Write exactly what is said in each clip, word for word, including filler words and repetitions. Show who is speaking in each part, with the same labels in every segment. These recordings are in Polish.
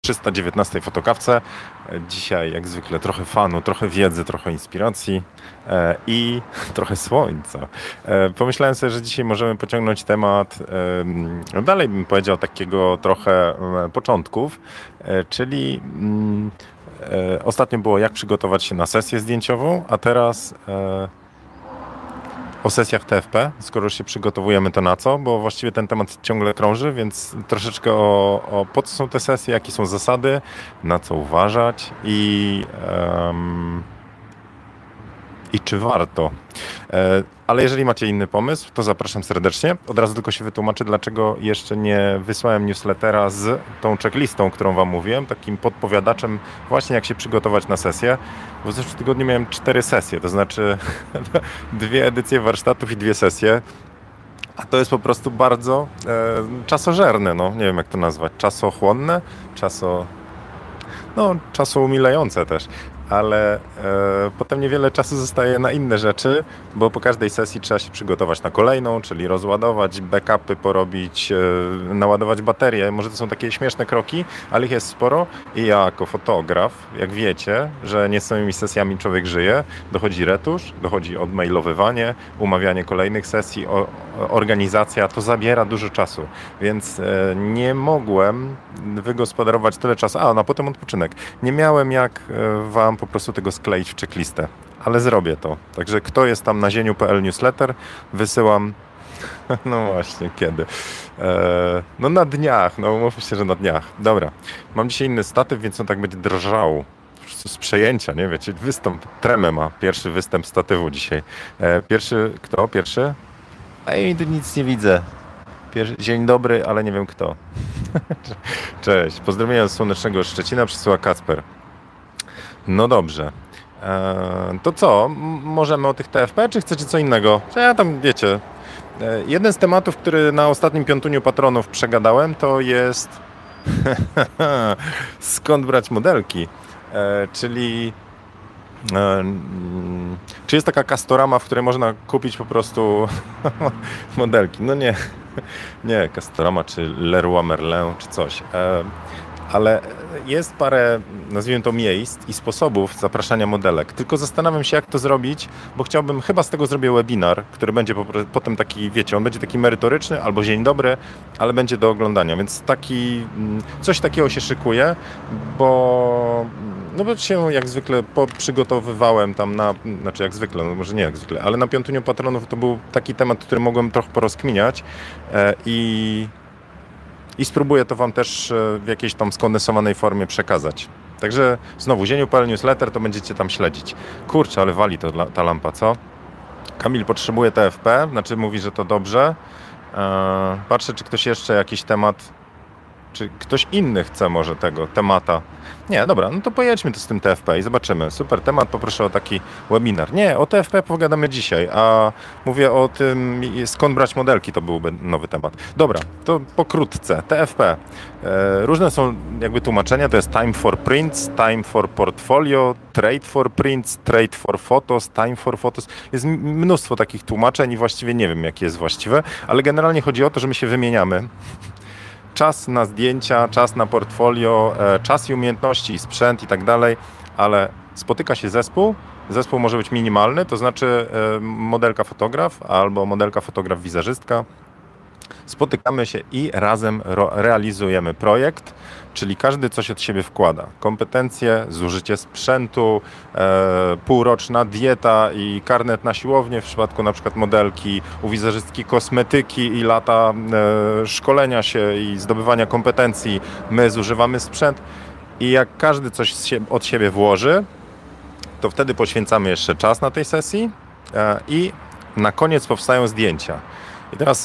Speaker 1: trzysta dziewiętnastej fotokawce. Dzisiaj jak zwykle trochę fanu, trochę wiedzy, trochę inspiracji e, i trochę słońca. E, pomyślałem sobie, że dzisiaj możemy pociągnąć temat, e, dalej bym powiedział takiego trochę e, początków, e, czyli mm, e, ostatnio było jak przygotować się na sesję zdjęciową, a teraz e, o sesjach T F P, skoro już się przygotowujemy, to na co? Bo właściwie ten temat ciągle krąży, więc troszeczkę o, o po co są te sesje, jakie są zasady, na co uważać i, um, i czy warto. E, ale jeżeli macie inny pomysł, to zapraszam serdecznie. Od razu tylko się wytłumaczę, dlaczego jeszcze nie wysłałem newslettera z tą checklistą, którą wam mówiłem, takim podpowiadaczem właśnie jak się przygotować na sesję. Bo w zeszłym tygodniu miałem cztery sesje, to znaczy dwie edycje warsztatów i dwie sesje. A to jest po prostu bardzo e, czasożerne, no nie wiem jak to nazwać, czasochłonne, czaso... no czasoumilające też. Ale e, potem niewiele czasu zostaje na inne rzeczy, bo po każdej sesji trzeba się przygotować na kolejną, czyli rozładować, backupy porobić, e, naładować baterię. Może to są takie śmieszne kroki, ale ich jest sporo i ja jako fotograf, jak wiecie, że nie z samymi sesjami człowiek żyje, dochodzi retusz, dochodzi odmailowywanie, umawianie kolejnych sesji, o, organizacja, to zabiera dużo czasu, więc e, nie mogłem wygospodarować tyle czasu, a na potem odpoczynek. Nie miałem jak e, wam po prostu tego skleić w checklistę, ale zrobię to. Także kto jest tam na zieniu kropka p l newsletter, wysyłam, no właśnie, kiedy? Eee, no na dniach, no mówmy się, że na dniach. Dobra, mam dzisiaj inny statyw, więc on tak będzie drżał. Z przejęcia, nie wiecie, występ, tremę ma, pierwszy występ statywu dzisiaj. Eee, pierwszy, kto? Pierwszy? Ej, tu nic nie widzę. Pierwszy, dzień dobry, ale nie wiem kto. Cześć, pozdrowienia z słonecznego Szczecina, przysyła Kacper. No dobrze. Eee, to co? M- możemy o tych T F P, czy chcecie co innego? Ja tam, wiecie, e, jeden z tematów, który na ostatnim piątuniu patronów przegadałem, to jest skąd brać modelki, e, czyli e, mm, czy jest taka Castorama, w której można kupić po prostu modelki? No nie, nie, Castorama, czy Leroy Merlin, czy coś. E, ale jest parę, nazwijmy to, miejsc i sposobów zapraszania modelek. Tylko zastanawiam się, jak to zrobić, bo chciałbym, chyba z tego zrobię webinar, który będzie po, potem taki, wiecie, on będzie taki merytoryczny albo dzień dobry, ale będzie do oglądania, więc taki, coś takiego się szykuje, bo no bo się jak zwykle przygotowywałem tam na, znaczy jak zwykle, no może nie jak zwykle, ale na piątuniu patronów to był taki temat, który mogłem trochę porozkminiać e, i I spróbuję to wam też w jakiejś tam skondensowanej formie przekazać. Także znowu, zieniu kropka p l newsletter, to będziecie tam śledzić. Kurczę, ale wali to ta lampa, co? Kamil potrzebuje T F P, znaczy mówi, że to dobrze. Eee, patrzę, czy ktoś jeszcze jakiś temat, czy ktoś inny chce może tego temata. Nie, dobra, no to pojedźmy to z tym T F P i zobaczymy. Super temat, poproszę o taki webinar. Nie, o T F P pogadamy dzisiaj, a mówię o tym, skąd brać modelki, to byłby nowy temat. Dobra, to pokrótce. T F P. E, różne są jakby tłumaczenia, to jest time for prints, time for portfolio, trade for prints, trade for photos, time for photos. Jest mnóstwo takich tłumaczeń i właściwie nie wiem, jakie jest właściwe, ale generalnie chodzi o to, że my się wymieniamy. Czas na zdjęcia, czas na portfolio, czas i umiejętności, i sprzęt i tak dalej, ale spotyka się zespół. Zespół może być minimalny, to znaczy modelka fotograf albo modelka fotograf wizerzystka. Spotykamy się i razem realizujemy projekt, czyli każdy coś od siebie wkłada. Kompetencje, zużycie sprzętu, e, półroczna dieta i karnet na siłownię w przypadku na przykład modelki, u wizerzystki kosmetyki i lata e, szkolenia się i zdobywania kompetencji. My zużywamy sprzęt i jak każdy coś od siebie włoży, to wtedy poświęcamy jeszcze czas na tej sesji e, i na koniec powstają zdjęcia. I teraz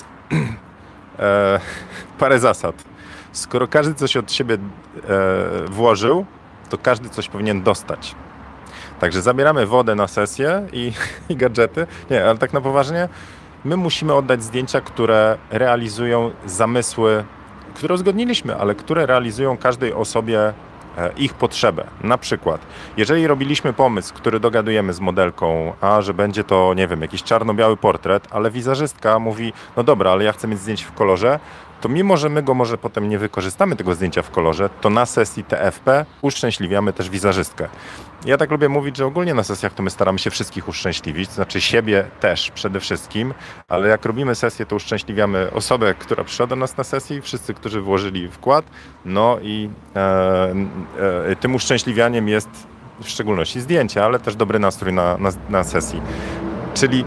Speaker 1: e, parę zasad. Skoro każdy coś od siebie e, włożył, to każdy coś powinien dostać. Także zabieramy wodę na sesję i, i gadżety. Nie, ale tak na poważnie, my musimy oddać zdjęcia, które realizują zamysły, które uzgodniliśmy, ale które realizują każdej osobie ich potrzebę. Na przykład, jeżeli robiliśmy pomysł, który dogadujemy z modelką, a że będzie to, nie wiem, jakiś czarno-biały portret, ale wizerzystka mówi, no dobra, ale ja chcę mieć zdjęcie w kolorze, to mimo, że my go może potem nie wykorzystamy tego zdjęcia w kolorze, to na sesji T F P uszczęśliwiamy też wizerzystkę. Ja tak lubię mówić, że ogólnie na sesjach to my staramy się wszystkich uszczęśliwić, to znaczy siebie też przede wszystkim, ale jak robimy sesję, to uszczęśliwiamy osobę, która przyszła do nas na sesję, wszyscy, którzy włożyli wkład, no i e, e, tym uszczęśliwianiem jest w szczególności zdjęcie, ale też dobry nastrój na, na, na sesji. Czyli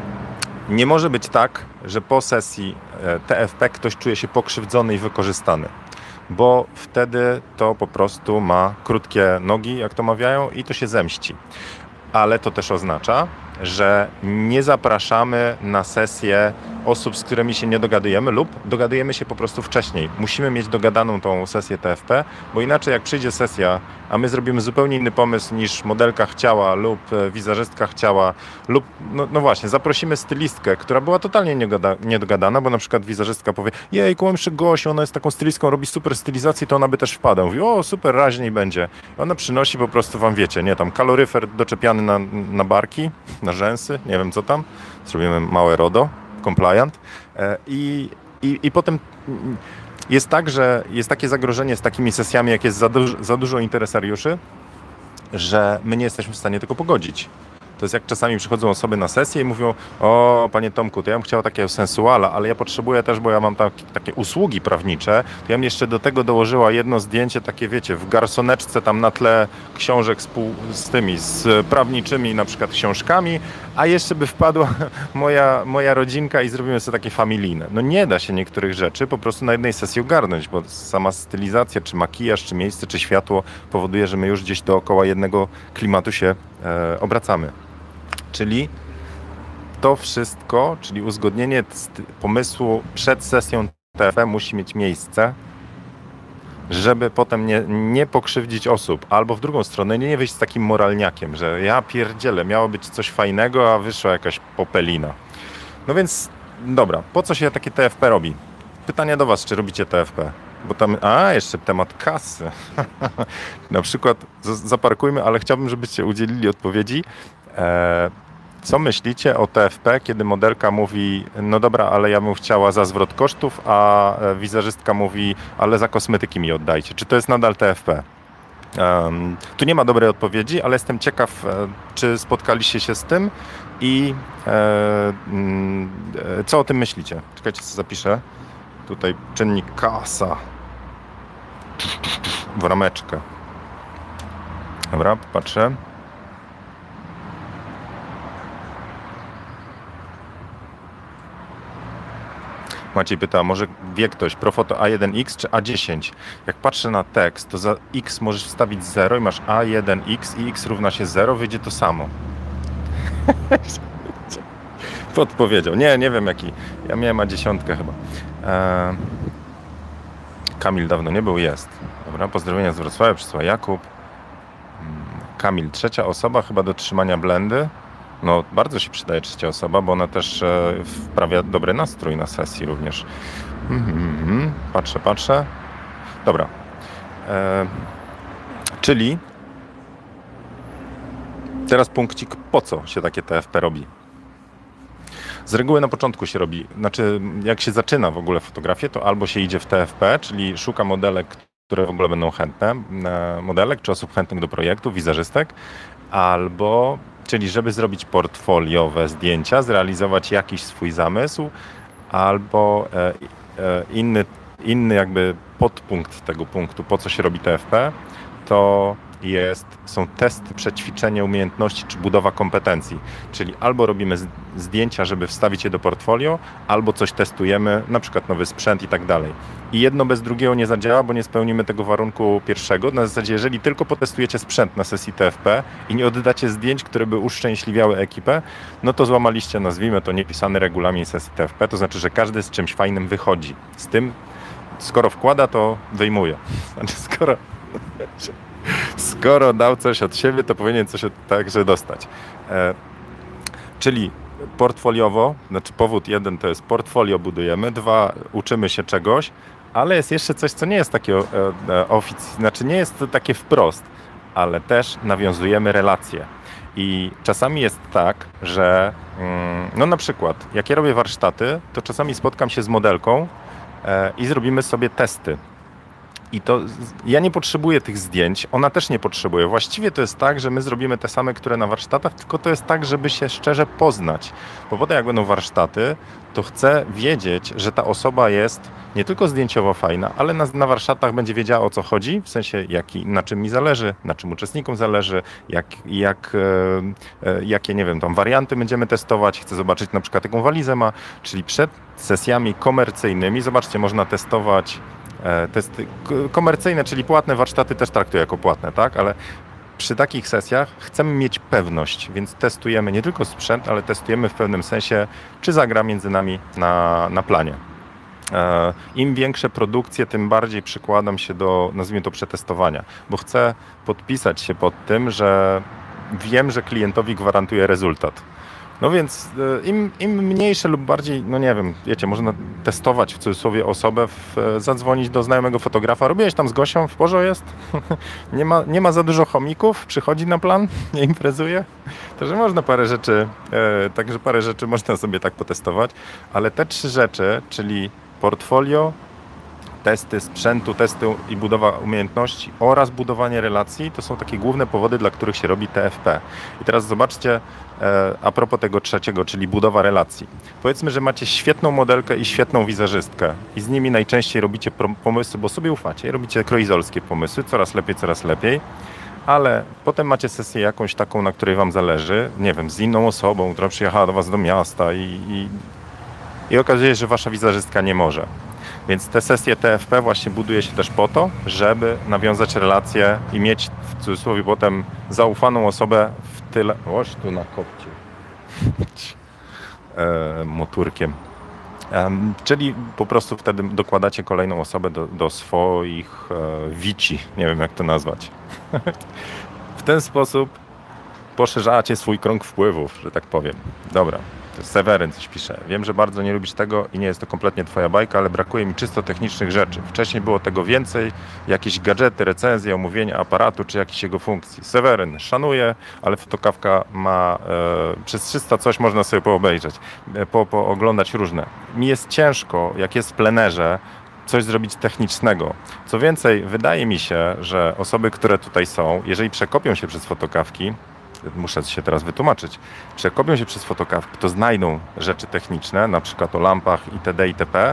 Speaker 1: nie może być tak, że po sesji T F P ktoś czuje się pokrzywdzony i wykorzystany, bo wtedy to po prostu ma krótkie nogi, jak to mawiają, i to się zemści. Ale to też oznacza, że nie zapraszamy na sesję osób, z którymi się nie dogadujemy lub dogadujemy się po prostu wcześniej. Musimy mieć dogadaną tą sesję T F P, bo inaczej jak przyjdzie sesja, a my zrobimy zupełnie inny pomysł niż modelka chciała lub wizerzystka chciała lub, no, no właśnie, zaprosimy stylistkę, która była totalnie niedogadana, bo na przykład wizerzystka powie, jejku, mam jeszcze Gosię, ona jest taką stylistką, robi super stylizację, to ona by też wpadła. Mówi, o super, raźniej będzie. Ona przynosi po prostu wam, wiecie, nie, tam kaloryfer doczepiany na, na barki, na rzęsy, nie wiem co tam, zrobimy małe RODO, compliant i, i, i potem jest tak, że jest takie zagrożenie z takimi sesjami, jak jest za, duż, za dużo interesariuszy, że my nie jesteśmy w stanie tego pogodzić. To jest jak czasami przychodzą osoby na sesję i mówią, o panie Tomku, to ja bym chciał takiego sensuala, ale ja potrzebuję też, bo ja mam tak, takie usługi prawnicze, to ja bym jeszcze do tego dołożyła jedno zdjęcie takie, wiecie, w garsoneczce tam na tle książek z, pół, z tymi, z prawniczymi na przykład książkami, a jeszcze by wpadła moja, moja rodzinka i zrobimy sobie takie familijne. No nie da się niektórych rzeczy po prostu na jednej sesji ogarnąć, bo sama stylizacja, czy makijaż, czy miejsce, czy światło powoduje, że my już gdzieś dookoła jednego klimatu się e, obracamy. Czyli to wszystko, czyli uzgodnienie pomysłu przed sesją T F P musi mieć miejsce, żeby potem nie, nie pokrzywdzić osób. Albo w drugą stronę nie wyjść z takim moralniakiem, że ja pierdzielę, miało być coś fajnego, a wyszła jakaś popelina. No więc dobra, po co się takie T F P robi? Pytanie do was, czy robicie T F P? Bo tam, a jeszcze temat kasy. Na przykład zaparkujmy, ale chciałbym, żebyście udzielili odpowiedzi. E, Co myślicie o T F P, kiedy modelka mówi, no dobra, ale ja bym chciała za zwrot kosztów, a wizerzystka mówi, ale za kosmetyki mi oddajcie. Czy to jest nadal T F P? Um, tu nie ma dobrej odpowiedzi, ale jestem ciekaw, czy spotkaliście się z tym i e, e, co o tym myślicie? Czekajcie, co zapiszę. Tutaj czynnik kasa. W rameczkę. Dobra, popatrzę. Maciej pyta, może wie ktoś, Profoto A jeden X czy A dziesięć? Jak patrzę na tekst, to za X możesz wstawić zero i masz A jeden X i X równa się zero, wyjdzie to samo. Podpowiedział. Nie, nie wiem jaki. Ja miałem A dziesięć chyba. Eee... Kamil dawno nie był, jest. Dobra, pozdrowienia z Wrocławia, przysła Jakub. Kamil, trzecia osoba chyba do trzymania blendy. No, bardzo się przydaje trzecia osoba, bo ona też e, wprawia dobry nastrój na sesji również. Mm-hmm. Patrzę, patrzę. Dobra. E, czyli teraz punkcik, po co się takie T F P robi? Z reguły na początku się robi, znaczy jak się zaczyna w ogóle fotografię, to albo się idzie w T F P, czyli szuka modelek, które w ogóle będą chętne, modelek czy osób chętnych do projektu, wizerzystek, albo, czyli żeby zrobić portfoliowe zdjęcia, zrealizować jakiś swój zamysł, albo e, e, inny, inny jakby podpunkt tego punktu, po co się robi T F P, to jest, są testy, przećwiczenie umiejętności czy budowa kompetencji. Czyli albo robimy zdjęcia, żeby wstawić je do portfolio, albo coś testujemy, na przykład nowy sprzęt i tak dalej. I jedno bez drugiego nie zadziała, bo nie spełnimy tego warunku pierwszego. Na zasadzie, jeżeli tylko potestujecie sprzęt na sesji T F P i nie oddacie zdjęć, które by uszczęśliwiały ekipę, no to złamaliście, nazwijmy to, niepisany regulamin sesji T F P. To znaczy, że każdy z czymś fajnym wychodzi. Z tym, skoro wkłada, to wyjmuje. Znaczy, skoro... Skoro dał coś od siebie, to powinien coś od, także dostać. E, czyli portfoliowo, znaczy powód jeden to jest portfolio budujemy, dwa uczymy się czegoś, Ale jest jeszcze coś, co nie jest takie oficjalne, znaczy nie jest to takie wprost, ale też nawiązujemy relacje. I czasami jest tak, że no na przykład jak ja robię warsztaty, to czasami spotkam się z modelką i zrobimy sobie testy. I to ja nie potrzebuję tych zdjęć, ona też nie potrzebuje. Właściwie to jest tak, że my zrobimy te same, które na warsztatach, tylko to jest tak, żeby się szczerze poznać. Bo potem jak będą warsztaty, to chcę wiedzieć, że ta osoba jest nie tylko zdjęciowo fajna, ale na, na warsztatach będzie wiedziała, o co chodzi, w sensie jaki, na czym mi zależy, na czym uczestnikom zależy, jak, jak, e, e, jakie, nie wiem, tam warianty będziemy testować. Chcę zobaczyć na przykład, jaką walizę ma, czyli przed sesjami komercyjnymi, zobaczcie, można testować testy komercyjne, czyli płatne warsztaty też traktuję jako płatne, tak? Ale przy takich sesjach chcemy mieć pewność, więc testujemy nie tylko sprzęt, ale testujemy w pewnym sensie, czy zagra między nami na, na planie. Im większe produkcje, tym bardziej przykładam się do, nazwijmy to, przetestowania, bo chcę podpisać się pod tym, że wiem, że klientowi gwarantuję rezultat. No więc im, im mniejsze lub bardziej, no nie wiem, wiecie, można testować w cudzysłowie osobę, w, zadzwonić do znajomego fotografa. Robiłeś tam z Gosią, w porządku jest? nie, ma, nie ma za dużo chomików, przychodzi na plan, nie imprezuje. Także można parę rzeczy, e, także parę rzeczy można sobie tak potestować, ale te trzy rzeczy, czyli portfolio, testy sprzętu, testy i budowa umiejętności oraz budowanie relacji, to są takie główne powody, dla których się robi T F P. I teraz zobaczcie, e, a propos tego trzeciego, czyli budowa relacji. Powiedzmy, że macie świetną modelkę i świetną wizerzystkę i z nimi najczęściej robicie pomysły, bo sobie ufacie i robicie kroizolskie pomysły, coraz lepiej, coraz lepiej, ale potem macie sesję jakąś taką, na której wam zależy, nie wiem, z inną osobą, która przyjechała do was do miasta i, i, i okazuje się, że wasza wizerzystka nie może. Więc te sesje T F P właśnie buduje się też po to, żeby nawiązać relacje i mieć w cudzysłowie potem zaufaną osobę w tyle... Oś tu na kopcie. e, moturkiem. E, czyli po prostu wtedy dokładacie kolejną osobę do, do swoich e, wici. Nie wiem, jak to nazwać. W ten sposób poszerzacie swój krąg wpływów, że tak powiem. Dobra. Seweryn coś pisze. Wiem, że bardzo nie lubisz tego i nie jest to kompletnie twoja bajka, ale brakuje mi czysto technicznych rzeczy. Wcześniej było tego więcej, jakieś gadżety, recenzje, omówienia aparatu czy jakichś jego funkcji. Seweryn, szanuję, ale fotokawka ma e, przez trzysta coś można sobie poobejrzeć, e, po, pooglądać różne. Mi jest ciężko, jak jest w plenerze, coś zrobić technicznego. Co więcej, wydaje mi się, że osoby, które tutaj są, jeżeli przekopią się przez fotokawki, muszę się teraz wytłumaczyć, przekopią się przez fotokawki, to znajdą rzeczy techniczne, na przykład o lampach itd. itp.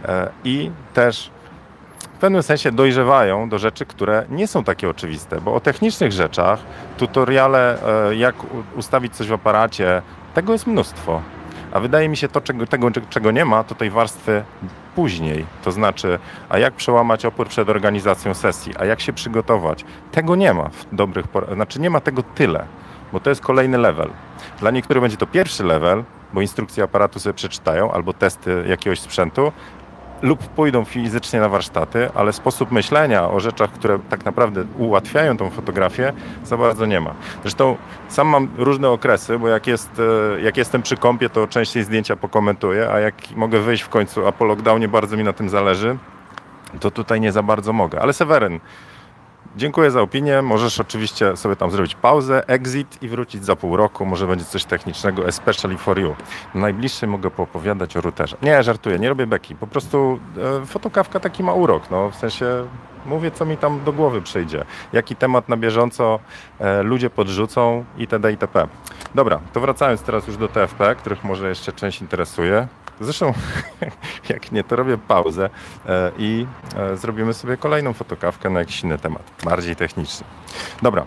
Speaker 1: I też w pewnym sensie dojrzewają do rzeczy, które nie są takie oczywiste, bo o technicznych rzeczach, tutoriale, jak ustawić coś w aparacie, tego jest mnóstwo. A wydaje mi się to, czego, tego, czego nie ma, to tej warstwy później. To znaczy, a jak przełamać opór przed organizacją sesji, a jak się przygotować. Tego nie ma w dobrych, znaczy nie ma tego tyle, bo to jest kolejny level. Dla niektórych będzie to pierwszy level, bo instrukcje aparatu sobie przeczytają, albo testy jakiegoś sprzętu, lub pójdą fizycznie na warsztaty, ale sposób myślenia o rzeczach, które tak naprawdę ułatwiają tą fotografię, za bardzo nie ma. Zresztą sam mam różne okresy, bo jak, jest, jak jestem przy kąpie, to częściej zdjęcia pokomentuję, a jak mogę wyjść w końcu, a po lockdownie bardzo mi na tym zależy, to tutaj nie za bardzo mogę. Ale Seweryn, dziękuję za opinię. Możesz oczywiście sobie tam zrobić pauzę, exit i wrócić za pół roku. Może będzie coś technicznego, especially for you. Na najbliższej mogę poopowiadać o routerze. Nie, żartuję, nie robię beki. Po prostu e, fotokawka taki ma urok. No, w sensie mówię, co mi tam do głowy przyjdzie. Jaki temat na bieżąco e, ludzie podrzucą itd. itp. Dobra, to wracając teraz już do T F P, których może jeszcze część interesuje. Zresztą, jak nie, to robię pauzę e, i e, zrobimy sobie kolejną fotokawkę na jakiś inny temat, bardziej techniczny. Dobra,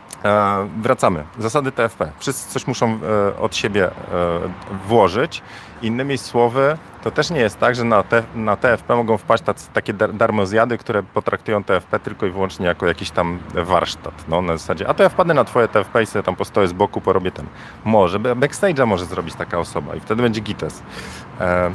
Speaker 1: e, wracamy. Zasady T F P. Wszyscy coś muszą e, od siebie e, włożyć. Innymi słowy, to też nie jest tak, że na, te, na T F P mogą wpaść tacy, takie dar, darmozjady, które potraktują T F P tylko i wyłącznie jako jakiś tam warsztat. No, na zasadzie, a to ja wpadnę na twoje T F P i sobie tam postoję z boku, porobię ten. Może, backstage'a może zrobić taka osoba i wtedy będzie gites. E,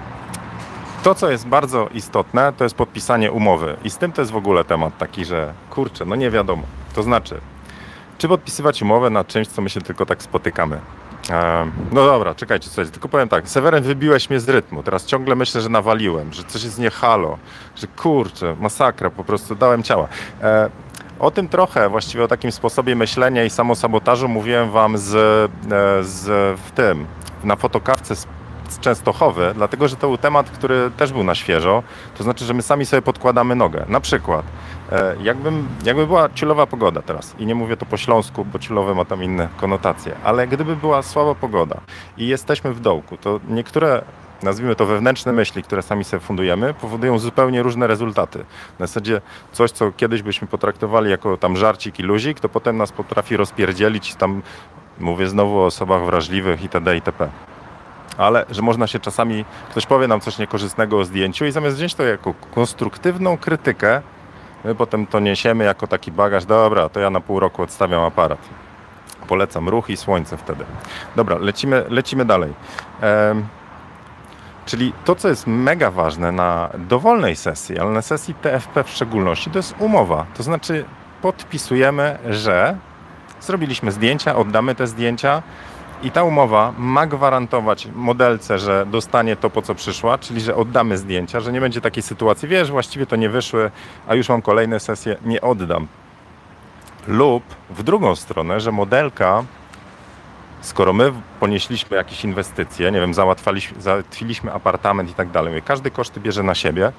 Speaker 1: to, co jest bardzo istotne, to jest podpisanie umowy. I z tym to jest w ogóle temat taki, że kurczę, no nie wiadomo. To znaczy, czy podpisywać umowę na czymś, co my się tylko tak spotykamy. E, no dobra, czekajcie, słuchajcie, tylko powiem tak, Seweryn, wybiłeś mnie z rytmu, teraz ciągle myślę, że nawaliłem, że coś jest nie halo, że kurczę, masakra, po prostu dałem ciała. E, o tym trochę, właściwie o takim sposobie myślenia i samosabotażu mówiłem wam z, e, z w tym, na fotokawce z, z Częstochowy, dlatego, że to był temat, który też był na świeżo, to znaczy, że my sami sobie podkładamy nogę, na przykład. Jakbym, jakby była ciulowa pogoda teraz i nie mówię to po śląsku, bo ciulowe ma tam inne konotacje, ale gdyby była słaba pogoda i jesteśmy w dołku, to niektóre, nazwijmy to wewnętrzne myśli, które sami sobie fundujemy, powodują zupełnie różne rezultaty. Na zasadzie coś, co kiedyś byśmy potraktowali jako tam żarcik i luzik, to potem nas potrafi rozpierdzielić, tam mówię znowu o osobach wrażliwych itd. itp. Ale że można się czasami, ktoś powie nam coś niekorzystnego o zdjęciu i zamiast wziąć to jako konstruktywną krytykę, my potem to niesiemy jako taki bagaż. Dobra, to ja na pół roku odstawiam aparat. Polecam ruch i słońce wtedy. Dobra, lecimy, lecimy dalej. Ehm, czyli to, co jest mega ważne na dowolnej sesji, ale na sesji T F P w szczególności, to jest umowa. To znaczy podpisujemy, że zrobiliśmy zdjęcia, oddamy te zdjęcia, i ta umowa ma gwarantować modelce, że dostanie to, po co przyszła, czyli że oddamy zdjęcia, że nie będzie takiej sytuacji, wiesz, właściwie to nie wyszły, a już mam kolejne sesje, nie oddam. Lub w drugą stronę, że modelka, skoro my ponieśliśmy jakieś inwestycje, nie wiem, załatwiliśmy, załatwiliśmy apartament i tak dalej, każdy koszty bierze na siebie,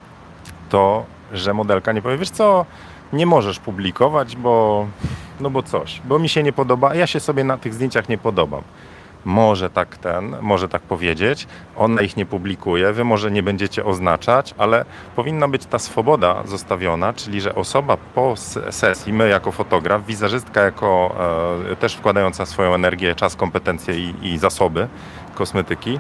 Speaker 1: to że modelka nie powie, wiesz co, nie możesz publikować, bo no bo coś, bo mi się nie podoba, a ja się sobie na tych zdjęciach nie podobam. Może tak ten, może tak powiedzieć, ona ich nie publikuje, wy może nie będziecie oznaczać, ale powinna być ta swoboda zostawiona, czyli że osoba po sesji, my jako fotograf, wizerzystka jako e, też wkładająca swoją energię, czas, kompetencje i, i zasoby kosmetyki,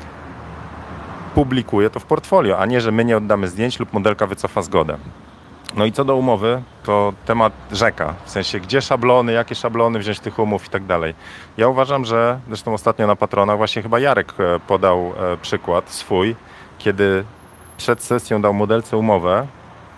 Speaker 1: publikuje to w portfolio, a nie, że my nie oddamy zdjęć lub modelka wycofa zgodę. No i co do umowy, to temat rzeka, w sensie gdzie szablony, jakie szablony wziąć tych umów i tak dalej. Ja uważam, że zresztą ostatnio na Patronach właśnie chyba Jarek podał przykład swój, kiedy przed sesją dał modelce umowę,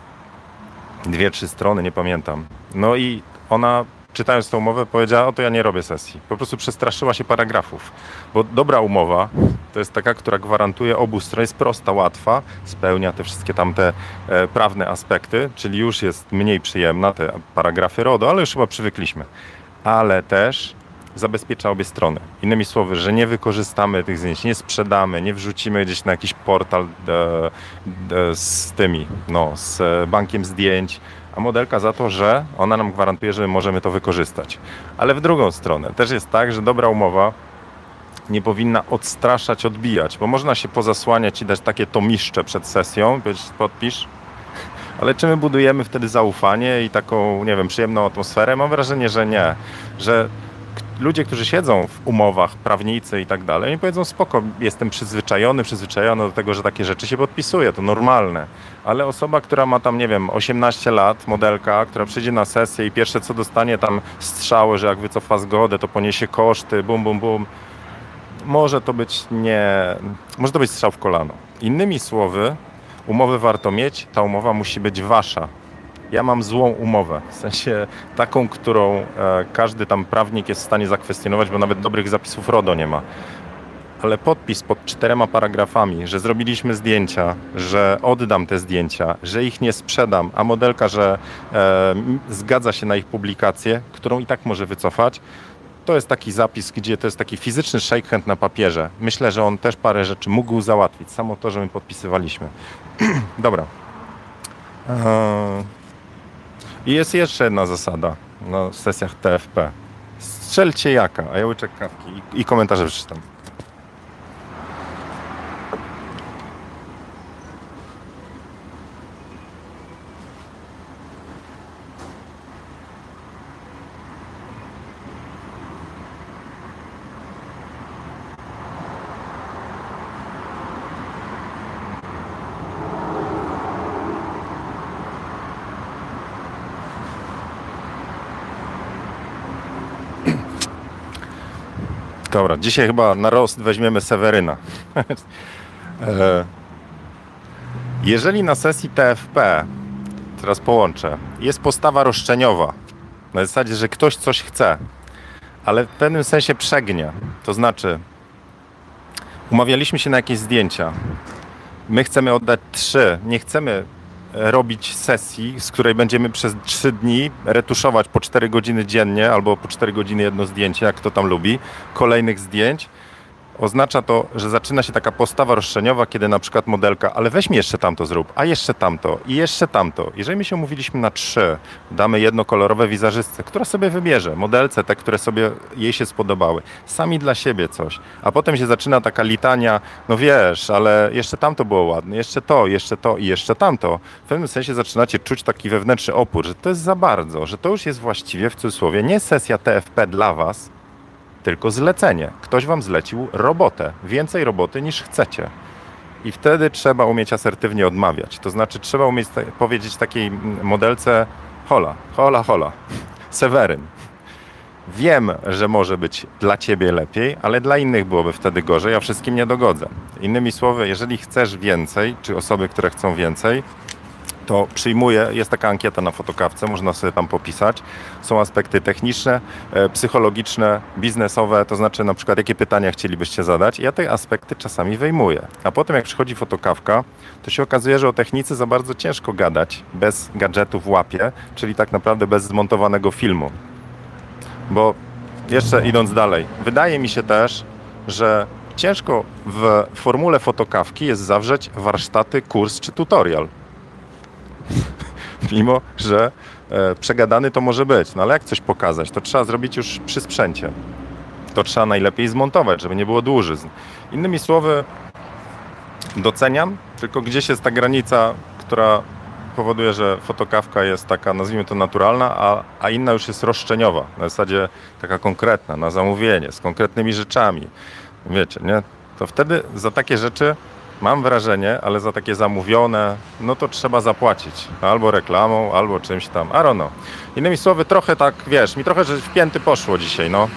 Speaker 1: dwie, trzy strony, nie pamiętam. No i ona, czytając tę umowę, powiedziała, o to ja nie robię sesji. Po prostu przestraszyła się paragrafów, bo dobra umowa to jest taka, która gwarantuje obu stron, jest prosta, łatwa, spełnia te wszystkie tamte e, prawne aspekty, czyli już jest mniej przyjemna, te paragrafy RODO, ale już chyba przywykliśmy. Ale też zabezpiecza obie strony. Innymi słowy, że nie wykorzystamy tych zdjęć, nie sprzedamy, nie wrzucimy gdzieś na jakiś portal e, e, z tymi, no, z bankiem zdjęć, a modelka za to, że ona nam gwarantuje, że możemy to wykorzystać. Ale w drugą stronę też jest tak, że dobra umowa nie powinna odstraszać, odbijać, bo można się pozasłaniać i dać takie tomiszcze przed sesją, powiedzieć podpisz, ale czy my budujemy wtedy zaufanie i taką, nie wiem, przyjemną atmosferę? Mam wrażenie, że nie, że ludzie, którzy siedzą w umowach, prawnicy i tak dalej, oni powiedzą spoko, jestem przyzwyczajony, przyzwyczajony do tego, że takie rzeczy się podpisuje, to normalne. Ale osoba, która ma tam, nie wiem, osiemnaście lat, modelka, która przyjdzie na sesję i pierwsze co dostanie tam strzały, że jak wycofa zgodę, to poniesie koszty, bum, bum, bum. Może to być nie, może to być strzał w kolano. Innymi słowy, umowy warto mieć, ta umowa musi być wasza. Ja mam złą umowę, w sensie taką, którą e, każdy tam prawnik jest w stanie zakwestionować, bo nawet dobrych zapisów RODO nie ma. Ale podpis pod czterema paragrafami, że zrobiliśmy zdjęcia, że oddam te zdjęcia, że ich nie sprzedam, a modelka, że e, zgadza się na ich publikację, którą i tak może wycofać, to jest taki zapis, gdzie to jest taki fizyczny shake hand na papierze. Myślę, że on też parę rzeczy mógł załatwić, samo to, że my podpisywaliśmy. Dobra. I jest jeszcze jedna zasada na sesjach T F P. Strzelcie jaka, a ja łyczek kawki i, i komentarze przeczytam. Dobra, dzisiaj chyba na rost weźmiemy Seweryna. Jeżeli na sesji T F P, teraz połączę, jest postawa roszczeniowa, na zasadzie, że ktoś coś chce, ale w pewnym sensie przegnie. To znaczy, umawialiśmy się na jakieś zdjęcia. My chcemy oddać trzy. Nie chcemy robić sesji, z której będziemy przez trzy dni retuszować po cztery godziny dziennie albo po cztery godziny jedno zdjęcie, jak kto tam lubi, kolejnych zdjęć. Oznacza to, że zaczyna się taka postawa roszczeniowa, kiedy na przykład modelka, ale weź mi jeszcze tamto zrób, a jeszcze tamto i jeszcze tamto. Jeżeli my się umówiliśmy na trzy, damy jedno kolorowe wizerzystce, która sobie wybierze, modelce te, które sobie jej się spodobały, sami dla siebie coś, a potem się zaczyna taka litania, no wiesz, ale jeszcze tamto było ładne, jeszcze to, jeszcze to i jeszcze tamto. W pewnym sensie zaczynacie czuć taki wewnętrzny opór, że to jest za bardzo, że to już jest właściwie w cudzysłowie nie sesja T F P dla was, tylko zlecenie. Ktoś wam zlecił robotę, więcej roboty niż chcecie. I wtedy trzeba umieć asertywnie odmawiać. To znaczy trzeba umieć ta- powiedzieć takiej modelce hola, hola, hola, Seweryn. Wiem, że może być dla ciebie lepiej, ale dla innych byłoby wtedy gorzej, a wszystkim nie dogodzę. Innymi słowy, jeżeli chcesz więcej, czy osoby, które chcą więcej, to przyjmuję, jest taka ankieta na Fotokawce, można sobie tam popisać. Są aspekty techniczne, e, psychologiczne, biznesowe, to znaczy na przykład jakie pytania chcielibyście zadać. Ja te aspekty czasami wyjmuję. A potem jak przychodzi fotokawka, to się okazuje, że o technice za bardzo ciężko gadać bez gadżetu w łapie, czyli tak naprawdę bez zmontowanego filmu. Bo jeszcze idąc dalej, wydaje mi się też, że ciężko w formule fotokawki jest zawrzeć warsztaty, kurs czy tutorial. Mimo, że e, przegadany to może być, no ale jak coś pokazać, to trzeba zrobić już przy sprzęcie. To trzeba najlepiej zmontować, żeby nie było dłużyzn. Innymi słowy, doceniam, tylko gdzieś jest ta granica, która powoduje, że fotokawka jest taka, nazwijmy to naturalna, a, a inna już jest roszczeniowa, na zasadzie taka konkretna, na zamówienie, z konkretnymi rzeczami. Wiecie, nie? To wtedy za takie rzeczy mam wrażenie, ale za takie zamówione, no to trzeba zapłacić. Albo reklamą, albo czymś tam. I don't know. Innymi słowy, trochę tak, wiesz, mi trochę że w pięty poszło dzisiaj, no.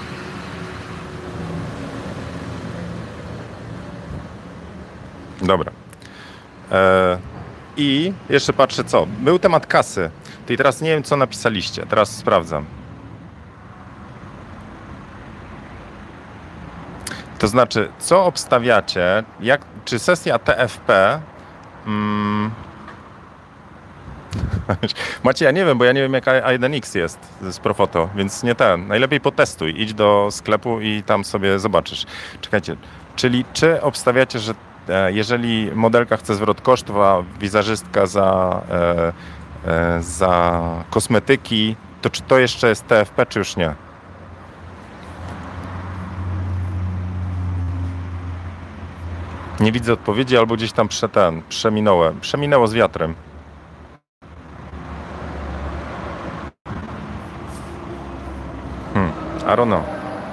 Speaker 1: Dobra. E, I jeszcze patrzę co. Był temat kasy. To i teraz nie wiem, co napisaliście. Teraz sprawdzam. To znaczy, co obstawiacie, jak, czy sesja T F P... Mm, Macie, ja nie wiem, bo ja nie wiem, jaka A jeden X jest z Profoto, więc nie ten. Najlepiej potestuj, idź do sklepu i tam sobie zobaczysz. Czekajcie, czyli czy obstawiacie, że e, jeżeli modelka chce zwrot kosztów, a wizerzystka za, e, e, za kosmetyki, to czy to jeszcze jest T F P, czy już nie? Nie widzę odpowiedzi, albo gdzieś tam prze, ten, przeminąłem. Przeminęło z wiatrem. Hmm, I don't know.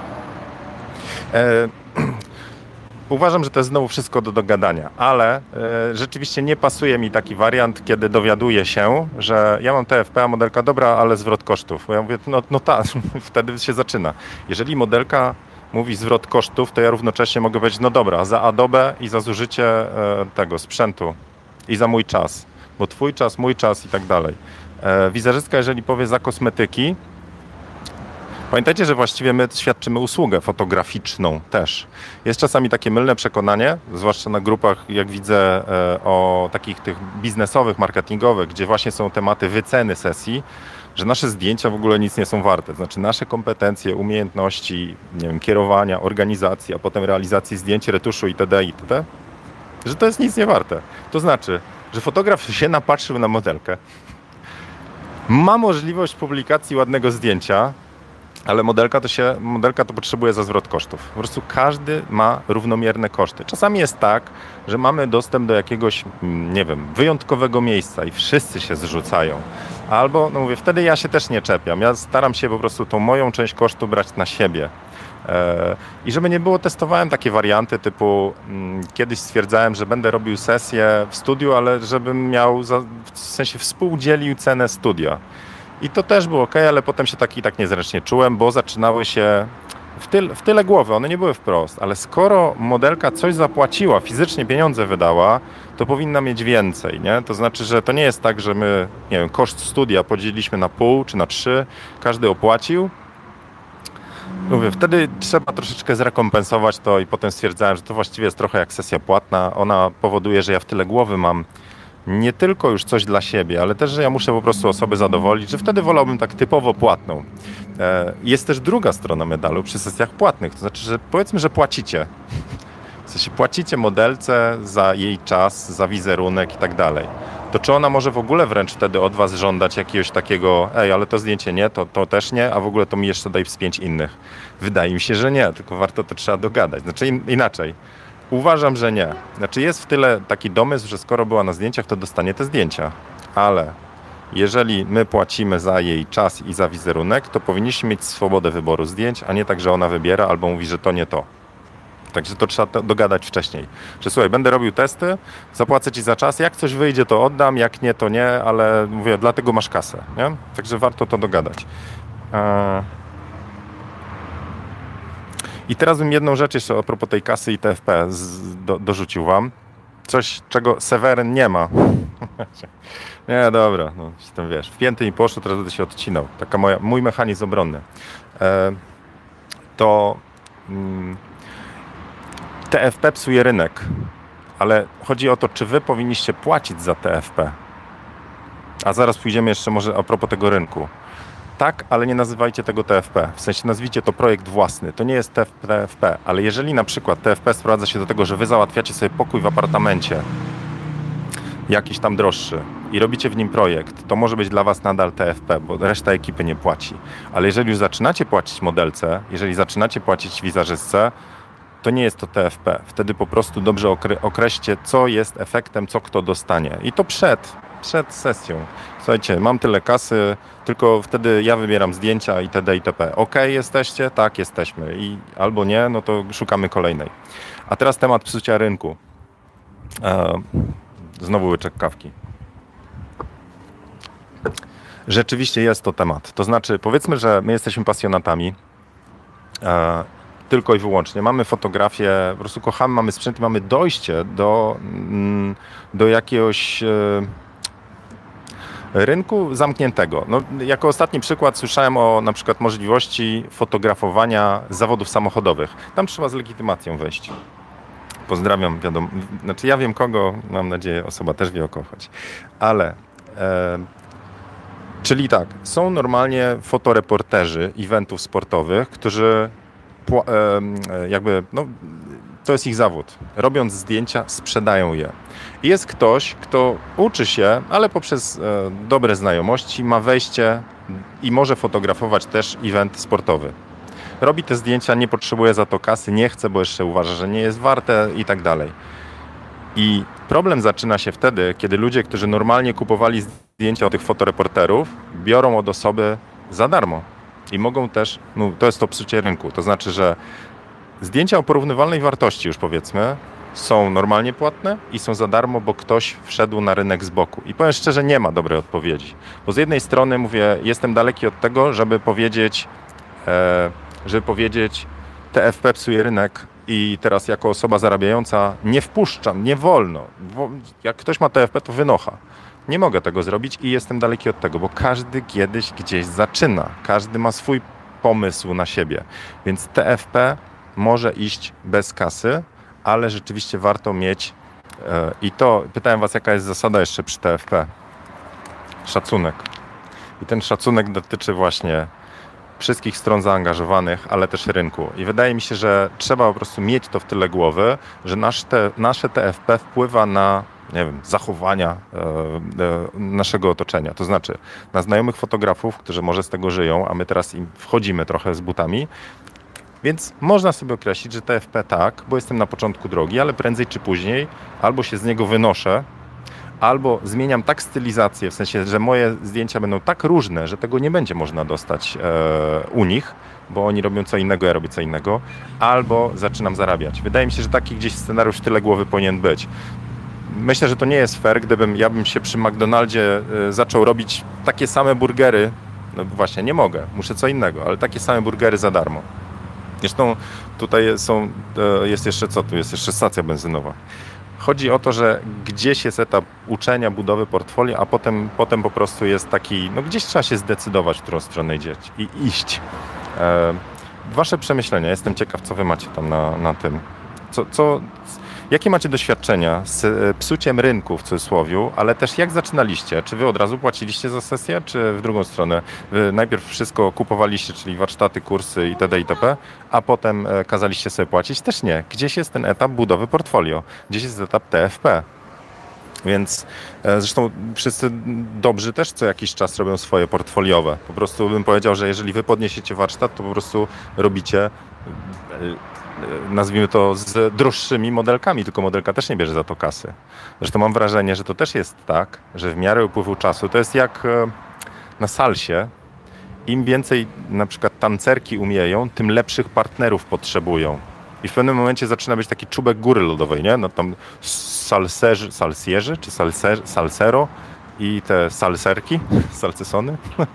Speaker 1: E, uważam, że to jest znowu wszystko do dogadania, ale e, rzeczywiście nie pasuje mi taki wariant, kiedy dowiaduję się, że ja mam T F P, a modelka dobra, ale zwrot kosztów. Bo ja mówię, no, no tak, wtedy się zaczyna. Jeżeli modelka mówi zwrot kosztów, to ja równocześnie mogę powiedzieć, no dobra, za Adobe i za zużycie e, tego sprzętu i za mój czas, bo twój czas, mój czas i tak dalej. E, wizerzystka, jeżeli powie za kosmetyki, pamiętajcie, że właściwie my świadczymy usługę fotograficzną też. Jest czasami takie mylne przekonanie, zwłaszcza na grupach, jak widzę e, o takich tych biznesowych, marketingowych, gdzie właśnie są tematy wyceny sesji, że nasze zdjęcia w ogóle nic nie są warte. Znaczy nasze kompetencje, umiejętności, nie wiem, kierowania, organizacji, a potem realizacji zdjęć, retuszu itd., itd., że to jest nic nie warte. To znaczy, że fotograf się napatrzył na modelkę, ma możliwość publikacji ładnego zdjęcia, ale modelka to się, modelka to potrzebuje za zwrot kosztów. Po prostu każdy ma równomierne koszty. Czasami jest tak, że mamy dostęp do jakiegoś, nie wiem, wyjątkowego miejsca i wszyscy się zrzucają. Albo, no mówię, wtedy ja się też nie czepiam. Ja staram się po prostu tą moją część kosztu brać na siebie. I żeby nie było, testowałem takie warianty typu kiedyś stwierdzałem, że będę robił sesję w studiu, ale żebym miał, za, w sensie współdzielił cenę studia. I to też było ok, ale potem się tak i tak niezręcznie czułem, bo zaczynały się w, tyl, w tyle głowy, one nie były wprost, ale skoro modelka coś zapłaciła, fizycznie pieniądze wydała, to powinna mieć więcej, nie? To znaczy, że to nie jest tak, że my, nie wiem, koszt studia podzieliliśmy na pół czy na trzy, każdy opłacił, Mówię, wtedy trzeba troszeczkę zrekompensować to i potem stwierdzałem, że to właściwie jest trochę jak sesja płatna. Ona powoduje, że ja w tyle głowy mam nie tylko już coś dla siebie, ale też, że ja muszę po prostu osoby zadowolić, że wtedy wolałbym tak typowo płatną. Jest też druga strona medalu przy sesjach płatnych, to znaczy, że powiedzmy, że płacicie. W sensie płacicie modelce za jej czas, za wizerunek i tak dalej. To czy ona może w ogóle wręcz wtedy od was żądać jakiegoś takiego, ej, ale to zdjęcie nie, to, to też nie, a w ogóle to mi jeszcze daj z pięć innych. Wydaje mi się, że nie, tylko warto to trzeba dogadać. Znaczy in, inaczej. Uważam, że nie. Znaczy jest w tyle taki domysł, że skoro była na zdjęciach, to dostanie te zdjęcia. Ale jeżeli my płacimy za jej czas i za wizerunek, to powinniśmy mieć swobodę wyboru zdjęć, a nie tak, że ona wybiera albo mówi, że to nie to. Także to trzeba to dogadać wcześniej. Że słuchaj, będę robił testy, zapłacę ci za czas, jak coś wyjdzie, to oddam, jak nie, to nie, ale mówię, dlatego masz kasę, nie? Także warto to dogadać. Eee... I teraz bym jedną rzecz jeszcze a propos tej kasy i T F P z, do, dorzucił wam. Coś, czego Seweryn nie ma. Nie, dobra, no, tam wiesz, wpięty mi poszło, teraz będę się odcinał. Taka moja, mój mechanizm obronny. Eee, to... Mm, T F P psuje rynek, ale chodzi o to, czy wy powinniście płacić za T F P. A zaraz pójdziemy jeszcze może a propos tego rynku. Tak, ale nie nazywajcie tego T F P. W sensie nazwijcie to projekt własny. To nie jest T F P, ale jeżeli na przykład T F P sprowadza się do tego, że wy załatwiacie sobie pokój w apartamencie, jakiś tam droższy i robicie w nim projekt, to może być dla was nadal T F P, bo reszta ekipy nie płaci. Ale jeżeli już zaczynacie płacić modelce, jeżeli zaczynacie płacić wizerzystce, to nie jest to T F P. Wtedy po prostu dobrze określcie, co jest efektem, co kto dostanie. I to przed, przed sesją. Słuchajcie, mam tyle kasy, tylko wtedy ja wybieram zdjęcia itd. itp. Ok, jesteście? Tak, jesteśmy. I albo nie, no to szukamy kolejnej. A teraz temat psucia rynku. E, znowu łyczek kawki. Rzeczywiście jest to temat. To znaczy, powiedzmy, że my jesteśmy pasjonatami, e, tylko i wyłącznie. Mamy fotografię, po prostu kochamy, mamy sprzęt i mamy dojście do, do jakiegoś rynku zamkniętego. No, jako ostatni przykład słyszałem o na przykład możliwości fotografowania zawodów samochodowych. Tam trzeba z legitymacją wejść. Pozdrawiam, wiadomo, znaczy ja wiem kogo, mam nadzieję osoba też wie o kogo chodzi. Ale, e, czyli tak, są normalnie fotoreporterzy eventów sportowych, którzy jakby, no, to jest ich zawód. Robiąc zdjęcia, sprzedają je. I jest ktoś, kto uczy się, ale poprzez e, dobre znajomości ma wejście i może fotografować też event sportowy. Robi te zdjęcia, nie potrzebuje za to kasy, nie chce, bo jeszcze uważa, że nie jest warte i tak dalej. I problem zaczyna się wtedy, kiedy ludzie, którzy normalnie kupowali zdjęcia od tych fotoreporterów, biorą od osoby za darmo. I mogą też, no to jest to psucie rynku, to znaczy, że zdjęcia o porównywalnej wartości już powiedzmy są normalnie płatne i są za darmo, bo ktoś wszedł na rynek z boku. I powiem szczerze, nie ma dobrej odpowiedzi. Bo z jednej strony mówię, jestem daleki od tego, żeby powiedzieć, e, żeby powiedzieć T F P psuje rynek i teraz jako osoba zarabiająca nie wpuszczam, nie wolno. Jak ktoś ma T F P, to wynocha. Nie mogę tego zrobić i jestem daleki od tego, bo każdy kiedyś gdzieś zaczyna. Każdy ma swój pomysł na siebie. Więc T F P może iść bez kasy, ale rzeczywiście warto mieć yy, i to, pytałem was, jaka jest zasada jeszcze przy T F P. Szacunek. I ten szacunek dotyczy właśnie wszystkich stron zaangażowanych, ale też rynku. I wydaje mi się, że trzeba po prostu mieć to w tyle głowy, że nasz te, nasze T F P wpływa na, nie wiem, zachowania e, e, naszego otoczenia. To znaczy na znajomych fotografów, którzy może z tego żyją, a my teraz im wchodzimy trochę z butami. Więc można sobie określić, że T F P tak, bo jestem na początku drogi, ale prędzej czy później albo się z niego wynoszę, albo zmieniam tak stylizację, w sensie, że moje zdjęcia będą tak różne, że tego nie będzie można dostać e, u nich, bo oni robią co innego, ja robię co innego, albo zaczynam zarabiać. Wydaje mi się, że taki gdzieś scenariusz w tyle głowy powinien być. Myślę, że to nie jest fair, gdybym ja bym się przy McDonaldzie y, zaczął robić takie same burgery. No właśnie, nie mogę, muszę co innego, ale takie same burgery za darmo. Zresztą tutaj są, y, jest jeszcze co tu? Jest jeszcze stacja benzynowa. Chodzi o to, że gdzieś jest etap uczenia, budowy portfolio, a potem, potem po prostu jest taki, no gdzieś trzeba się zdecydować, w którą stronę iść i iść. E, wasze przemyślenia. Jestem ciekaw, co wy macie tam na, na tym. Co, co, jakie macie doświadczenia z psuciem rynku w cudzysłowie, ale też jak zaczynaliście? Czy wy od razu płaciliście za sesję, czy w drugą stronę? Wy najpierw wszystko kupowaliście, czyli warsztaty, kursy itd., itp., a potem kazaliście sobie płacić? Też nie. Gdzieś jest ten etap budowy portfolio, gdzieś jest etap T F P. Więc zresztą wszyscy dobrzy też co jakiś czas robią swoje portfoliowe. Po prostu bym powiedział, że jeżeli wy podniesiecie warsztat, to po prostu robicie, nazwijmy to, z droższymi modelkami, tylko modelka też nie bierze za to kasy. Zresztą mam wrażenie, że to też jest tak, że w miarę upływu czasu, to jest jak na salsie, im więcej na przykład tancerki umieją, tym lepszych partnerów potrzebują. I w pewnym momencie zaczyna być taki czubek góry lodowej, nie? No tam salserzy, salsierzy, czy salser, salsero i te salserki, salcesony,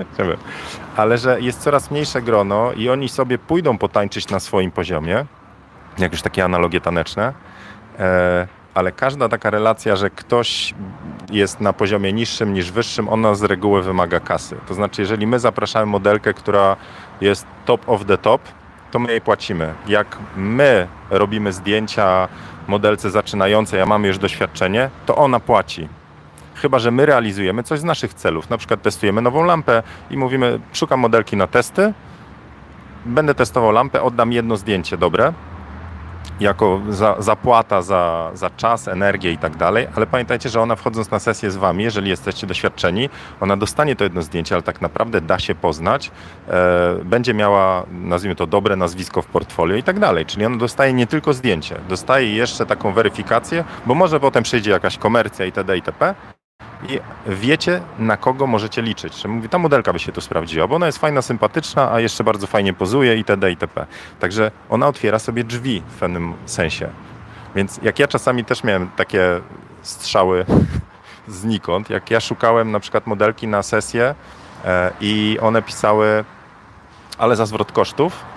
Speaker 1: ale że jest coraz mniejsze grono i oni sobie pójdą potańczyć na swoim poziomie, jak już takie analogie taneczne, e, ale każda taka relacja, że ktoś jest na poziomie niższym niż wyższym, ona z reguły wymaga kasy. To znaczy, jeżeli my zapraszamy modelkę, która jest top of the top, to my jej płacimy. Jak my robimy zdjęcia modelce zaczynającej, a mamy już doświadczenie, to ona płaci. Chyba że my realizujemy coś z naszych celów. Na przykład testujemy nową lampę i mówimy, szukam modelki na testy, będę testował lampę, oddam jedno zdjęcie dobre, jako za, zapłata za, za czas, energię i tak dalej, ale pamiętajcie, że ona wchodząc na sesję z wami, jeżeli jesteście doświadczeni, ona dostanie to jedno zdjęcie, ale tak naprawdę da się poznać, e, będzie miała, nazwijmy to, dobre nazwisko w portfolio i tak dalej, czyli ona dostaje nie tylko zdjęcie, dostaje jeszcze taką weryfikację, bo może potem przyjdzie jakaś komercja itd. itp. I wiecie, na kogo możecie liczyć. Że mówi, ta modelka by się tu sprawdziła, bo ona jest fajna, sympatyczna, a jeszcze bardzo fajnie pozuje itd. itp. Także ona otwiera sobie drzwi w pewnym sensie. Więc jak ja czasami też miałem takie strzały znikąd, jak ja szukałem na przykład modelki na sesję e, i one pisały, ale za zwrot kosztów,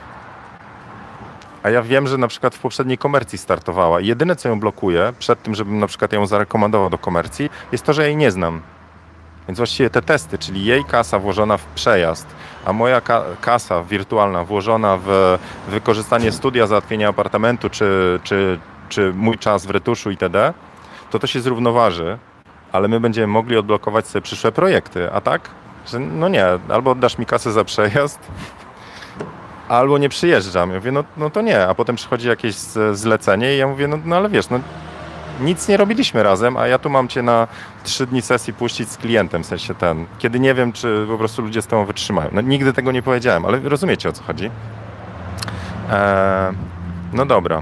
Speaker 1: a ja wiem, że na przykład w poprzedniej komercji startowała i jedyne, co ją blokuje przed tym, żebym na przykład ją zarekomendował do komercji, jest to, że jej nie znam. Więc właściwie te testy, czyli jej kasa włożona w przejazd, a moja ka- kasa wirtualna włożona w wykorzystanie studia, załatwienia apartamentu, czy, czy, czy mój czas w retuszu itd., to to się zrównoważy, ale my będziemy mogli odblokować sobie przyszłe projekty. A tak, że no nie, albo oddasz mi kasę za przejazd, albo nie przyjeżdżam. Ja mówię, no, no to nie. A potem przychodzi jakieś zlecenie i ja mówię, no, no ale wiesz, no nic nie robiliśmy razem, a ja tu mam cię na trzy dni sesji puścić z klientem, w sensie ten, kiedy nie wiem, czy po prostu ludzie z tobą wytrzymają. No nigdy tego nie powiedziałem, ale rozumiecie, o co chodzi. Eee, no dobra.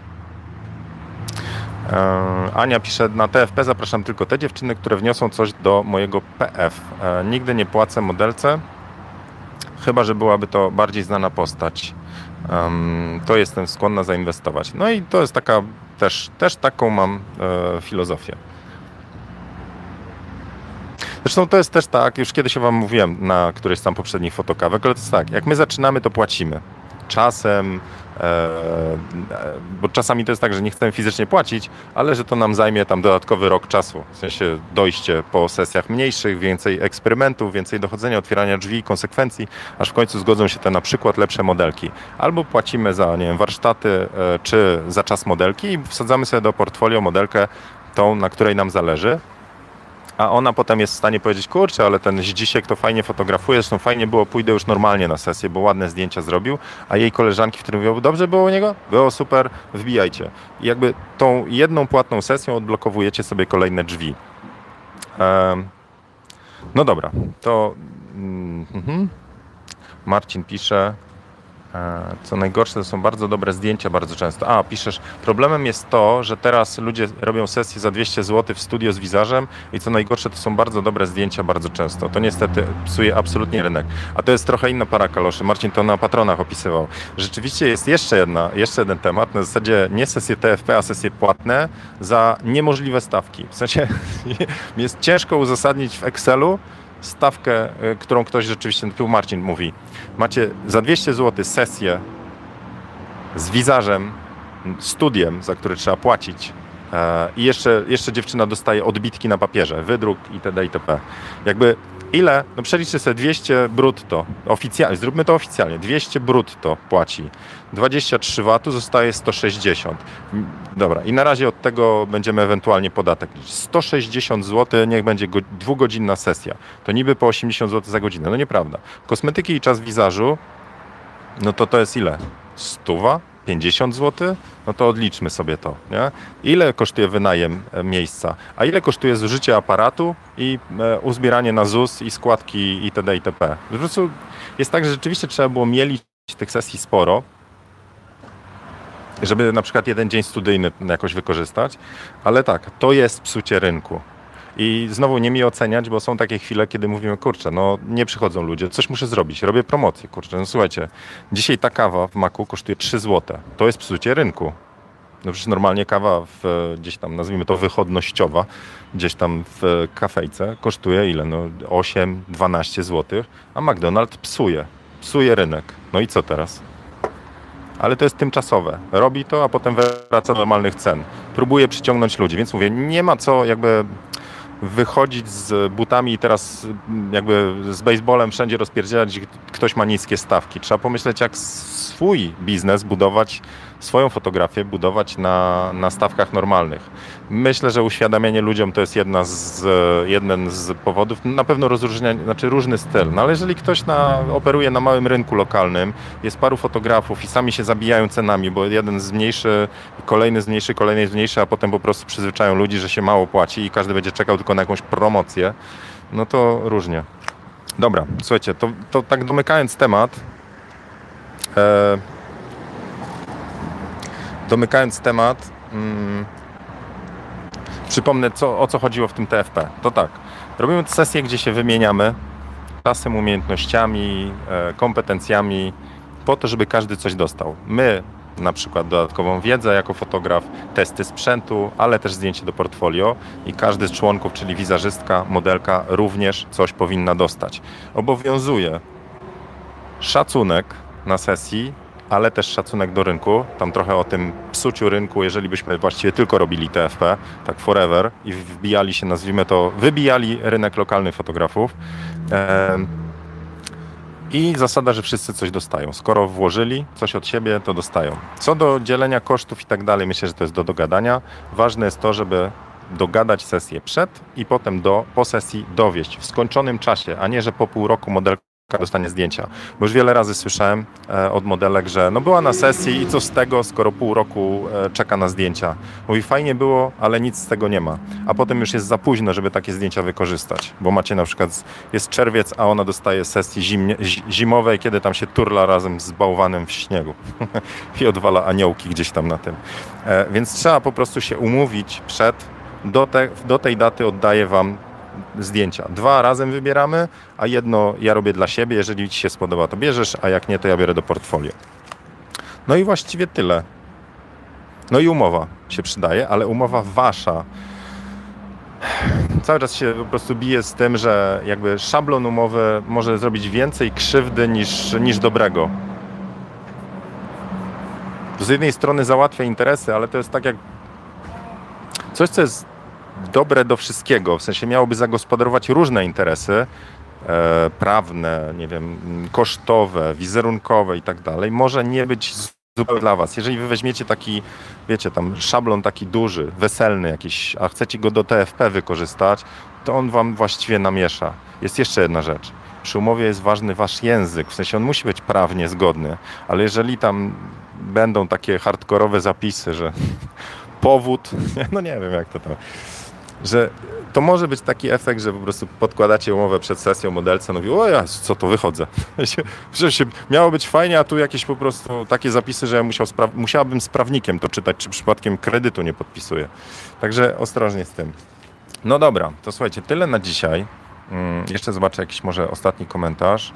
Speaker 1: Eee, Ania pisze, na T F P zapraszam tylko te dziewczyny, które wniosą coś do mojego P F. Eee, nigdy nie płacę modelce, chyba że byłaby to bardziej znana postać. Um, to jestem skłonna zainwestować. No i to jest taka, też, też taką mam e, filozofię. Zresztą to jest też tak, już kiedyś wam mówiłem na którejś z tam poprzednich fotokawek, ale to jest tak, jak my zaczynamy, to płacimy. Czasem, e, bo czasami to jest tak, że nie chcemy fizycznie płacić, ale że to nam zajmie tam dodatkowy rok czasu. W sensie dojście po sesjach mniejszych, więcej eksperymentów, więcej dochodzenia, otwierania drzwi, konsekwencji, aż w końcu zgodzą się te na przykład lepsze modelki. Albo płacimy za, nie wiem, warsztaty, e, czy za czas modelki i wsadzamy sobie do portfolio modelkę tą, na której nam zależy. A ona potem jest w stanie powiedzieć, kurczę, ale ten Zdzisiek to fajnie fotografuje, zresztą fajnie było, pójdę już normalnie na sesję, bo ładne zdjęcia zrobił, a jej koleżanki, w którym mówią, dobrze było u niego? Było super, wbijajcie. I jakby tą jedną płatną sesją odblokowujecie sobie kolejne drzwi. Ehm, no dobra, to mm, Marcin pisze, co najgorsze, to są bardzo dobre zdjęcia bardzo często. A, piszesz, problemem jest to, że teraz ludzie robią sesję za dwieście złotych w studio z wizażem i co najgorsze, to są bardzo dobre zdjęcia bardzo często. To niestety psuje absolutnie rynek. A to jest trochę inna para kaloszy. Marcin to na patronach opisywał. Rzeczywiście jest jeszcze, jedna, jeszcze jeden temat, na zasadzie nie sesje T F P, a sesje płatne za niemożliwe stawki. W sensie jest ciężko uzasadnić w Excelu stawkę, którą ktoś rzeczywiście, tu Marcin mówi, macie za dwieście złotych sesję z wizażem, studiem, za który trzeba płacić i jeszcze, jeszcze dziewczyna dostaje odbitki na papierze, wydruk itd. itp. Jakby Ile? No przeliczcie sobie dwieście brutto, oficjalnie, zróbmy to oficjalnie, dwieście brutto płaci, dwadzieścia trzy watów, zostaje sto sześćdziesiąt. Dobra, i na razie od tego będziemy ewentualnie podatek liczyć. sto sześćdziesiąt złotych, niech będzie go, dwugodzinna sesja. To niby po osiemdziesiąt złotych za godzinę, no nieprawda. Kosmetyki i czas wizażu, no to to jest ile? Stuwa? pięćdziesiąt złotych? No to odliczmy sobie to, nie? Ile kosztuje wynajem miejsca? A ile kosztuje zużycie aparatu i e, uzbieranie na ZUS i składki itd. itp. Po prostu jest tak, że rzeczywiście trzeba było mielić tych sesji sporo, żeby na przykład jeden dzień studyjny jakoś wykorzystać, ale tak, to jest psucie rynku. I znowu nie mi oceniać, bo są takie chwile, kiedy mówimy, kurczę, no nie przychodzą ludzie, coś muszę zrobić, robię promocję, kurczę, no słuchajcie, dzisiaj ta kawa w Macu kosztuje trzy złote, to jest psucie rynku. No przecież normalnie kawa w, gdzieś tam, nazwijmy to wychodnościowa, gdzieś tam w kafejce kosztuje ile? No osiem dwanaście złotych, a McDonald's psuje, psuje rynek. No i co teraz? Ale to jest tymczasowe. Robi to, a potem wraca do normalnych cen. Próbuje przyciągnąć ludzi, więc mówię, nie ma co jakby wychodzić z butami i teraz jakby z baseballem wszędzie rozpierdzielać, że ktoś ma niskie stawki. Trzeba pomyśleć, jak swój biznes budować, swoją fotografię budować na, na stawkach normalnych. Myślę, że uświadamianie ludziom to jest jedna z, jeden z powodów. Na pewno rozróżnianie, znaczy różny styl. No ale jeżeli ktoś na, operuje na małym rynku lokalnym, jest paru fotografów i sami się zabijają cenami, bo jeden zmniejszy, kolejny zmniejszy, kolejny zmniejszy, a potem po prostu przyzwyczają ludzi, że się mało płaci i każdy będzie czekał tylko na jakąś promocję, no to różnie. Dobra, słuchajcie, to, to tak domykając temat, e, domykając temat, mm, przypomnę, co, o co chodziło w tym T F P. To tak, robimy sesję, gdzie się wymieniamy czasem, umiejętnościami, e, kompetencjami, po to, żeby każdy coś dostał. My na przykład dodatkową wiedzę jako fotograf, testy sprzętu, ale też zdjęcie do portfolio i każdy z członków, czyli wizerzystka, modelka również coś powinna dostać. Obowiązuje szacunek na sesji, ale też szacunek do rynku. Tam trochę o tym psuciu rynku, jeżeli byśmy właściwie tylko robili T F P, tak forever i wbijali się, nazwijmy to, wybijali rynek lokalnych fotografów. Ehm, I zasada, że wszyscy coś dostają. Skoro włożyli coś od siebie, to dostają. Co do dzielenia kosztów i tak dalej, myślę, że to jest do dogadania. Ważne jest to, żeby dogadać sesję przed i potem do, po sesji dowieść w skończonym czasie, a nie, że po pół roku modelka dostanie zdjęcia. Bo już wiele razy słyszałem e, od modelek, że no była na sesji i co z tego, skoro pół roku e, czeka na zdjęcia. Mówi, fajnie było, ale nic z tego nie ma. A potem już jest za późno, żeby takie zdjęcia wykorzystać. Bo macie na przykład, jest czerwiec, a ona dostaje sesji zimnie, zimowej, kiedy tam się turla razem z bałwanem w śniegu i odwala aniołki gdzieś tam na tym. E, więc trzeba po prostu się umówić przed, do, te, do tej daty oddaję wam zdjęcia. Dwa razem wybieramy, a jedno ja robię dla siebie. Jeżeli ci się spodoba, to bierzesz, a jak nie, to ja biorę do portfolio. No i właściwie tyle. No i umowa się przydaje, ale umowa wasza. Cały czas się po prostu bije z tym, że jakby szablon umowy może zrobić więcej krzywdy niż, niż dobrego. Z jednej strony załatwia interesy, ale to jest tak jak coś, co jest dobre do wszystkiego, w sensie miałoby zagospodarować różne interesy e, prawne, nie wiem, kosztowe, wizerunkowe i tak dalej, może nie być zupełnie dla was. Jeżeli wy weźmiecie taki, wiecie, tam szablon taki duży, weselny jakiś, a chcecie go do T F P wykorzystać, to on wam właściwie namiesza. Jest jeszcze jedna rzecz. Przy umowie jest ważny wasz język, w sensie on musi być prawnie zgodny, ale jeżeli tam będą takie hardkorowe zapisy, że powód, no nie wiem jak to tam, że to może być taki efekt, że po prostu podkładacie umowę przed sesją, modelce mówi, o ja, co to wychodzę. Że się, miało być fajnie, a tu jakieś po prostu takie zapisy, że ja musiał spra- musiałabym z prawnikiem to czytać, czy przypadkiem kredytu nie podpisuję. Także ostrożnie z tym. No dobra, to słuchajcie, tyle na dzisiaj. Hmm, jeszcze zobaczę jakiś może ostatni komentarz.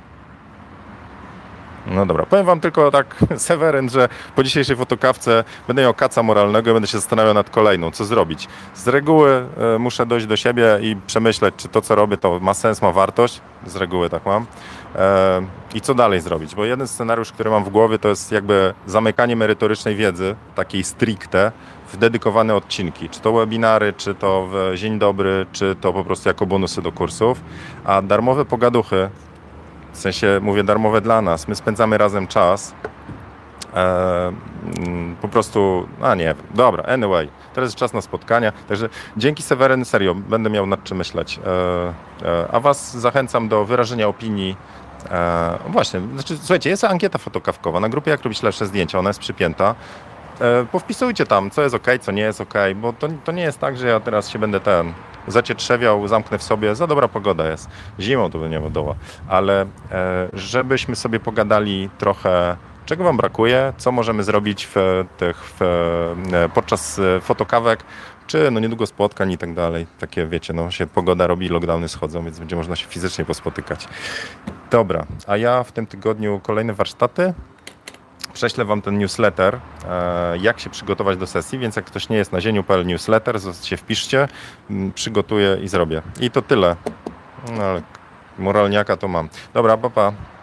Speaker 1: No dobra, powiem wam tylko tak, Seweryn, że po dzisiejszej fotokawce będę miał kaca moralnego i będę się zastanawiał nad kolejną, co zrobić. Z reguły y, muszę dojść do siebie i przemyśleć, czy to, co robię, to ma sens, ma wartość. Z reguły tak mam. E, I co dalej zrobić? Bo jeden scenariusz, który mam w głowie, to jest jakby zamykanie merytorycznej wiedzy, takiej stricte, w dedykowane odcinki, czy to webinary, czy to w dzień dobry, czy to po prostu jako bonusy do kursów, a darmowe pogaduchy, w sensie mówię darmowe dla nas, my spędzamy razem czas, e, po prostu, a nie, dobra, anyway, teraz jest czas na spotkania, także dzięki Seweryn, serio, będę miał nad czym myśleć, e, e, a was zachęcam do wyrażenia opinii. E, właśnie, znaczy, słuchajcie, jest ankieta fotokawkowa na grupie Jak robić lepsze zdjęcia, ona jest przypięta. E, powpisujcie tam, co jest ok, co nie jest ok, bo to, to nie jest tak, że ja teraz się będę ten zacietrzewiał, zamknę w sobie, za dobra pogoda jest. Zimą to by nie wiadomo, ale e, żebyśmy sobie pogadali trochę, czego wam brakuje, co możemy zrobić w tych, w, e, podczas fotokawek, czy no niedługo spotkań i tak dalej. Takie wiecie, no się pogoda robi, lockdowny schodzą, więc będzie można się fizycznie pospotykać. Dobra, a ja w tym tygodniu kolejne warsztaty. Prześlę wam ten newsletter, e, jak się przygotować do sesji, więc jak ktoś nie jest na zieniu kropka p l newsletter, się wpiszcie, m, przygotuję i zrobię. I to tyle. No, ale moralniaka to mam. Dobra, pa, pa.